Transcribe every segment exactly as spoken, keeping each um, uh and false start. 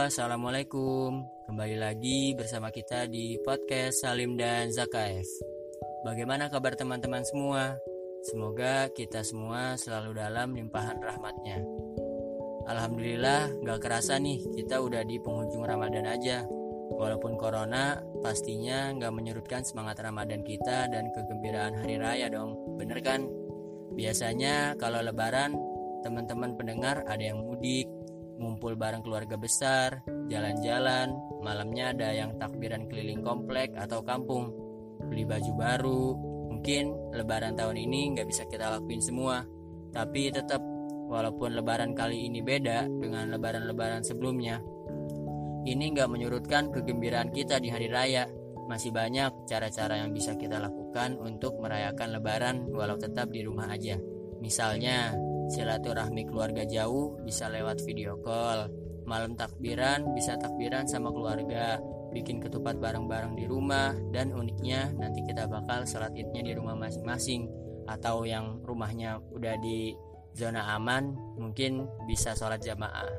Assalamualaikum. Kembali lagi bersama kita di podcast Salim dan Zakaev. Bagaimana kabar teman-teman semua? Semoga kita semua selalu dalam limpahan rahmatnya. Alhamdulillah gak kerasa nih kita udah di penghujung Ramadan aja. Walaupun corona pastinya gak menyurutkan semangat Ramadan kita dan kegembiraan hari raya dong. Bener kan? Biasanya kalau lebaran teman-teman pendengar ada yang mudik, ngumpul bareng keluarga besar, jalan-jalan, malamnya ada yang takbiran keliling komplek atau kampung, beli baju baru. Mungkin lebaran tahun ini gak bisa kita lakuin semua, tapi tetap walaupun lebaran kali ini beda dengan lebaran-lebaran sebelumnya, ini gak menyurutkan kegembiraan kita di hari raya. Masih banyak cara-cara yang bisa kita lakukan untuk merayakan lebaran walau tetap di rumah aja. Misalnya silaturahmi keluarga jauh bisa lewat video call, malam takbiran bisa takbiran sama keluarga, bikin ketupat bareng-bareng di rumah, dan uniknya nanti kita bakal sholat idnya di rumah masing-masing, atau yang rumahnya udah di zona aman mungkin bisa sholat jamaah.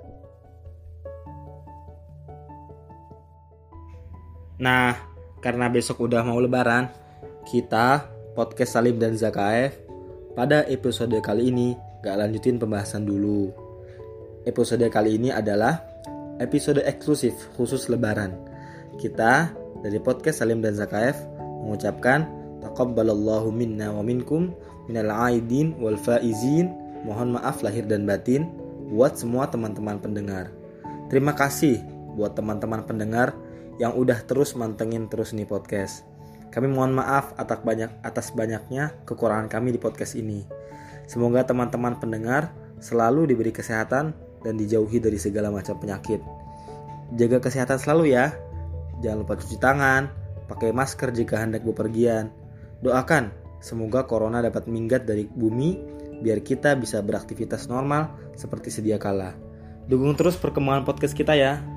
Nah, karena besok udah mau lebaran, kita podcast Salim dan Zakaev pada episode kali ini gak lanjutin pembahasan dulu. Episode kali ini adalah episode eksklusif khusus lebaran. Kita dari podcast Salim dan Zakaev mengucapkan taqabbalallahu minna wa minkum minal aidin wal faizin. Mohon maaf lahir dan batin buat semua teman-teman pendengar. Terima kasih buat teman-teman pendengar yang udah terus mantengin terus nih podcast. Kami mohon maaf atas banyak atas banyaknya kekurangan kami di podcast ini. Semoga teman-teman pendengar selalu diberi kesehatan dan dijauhi dari segala macam penyakit. Jaga kesehatan selalu ya. Jangan lupa cuci tangan, pakai masker jika hendak bepergian. Doakan semoga corona dapat minggat dari bumi biar kita bisa beraktivitas normal seperti sedia kala. Dukung terus perkembangan podcast kita ya.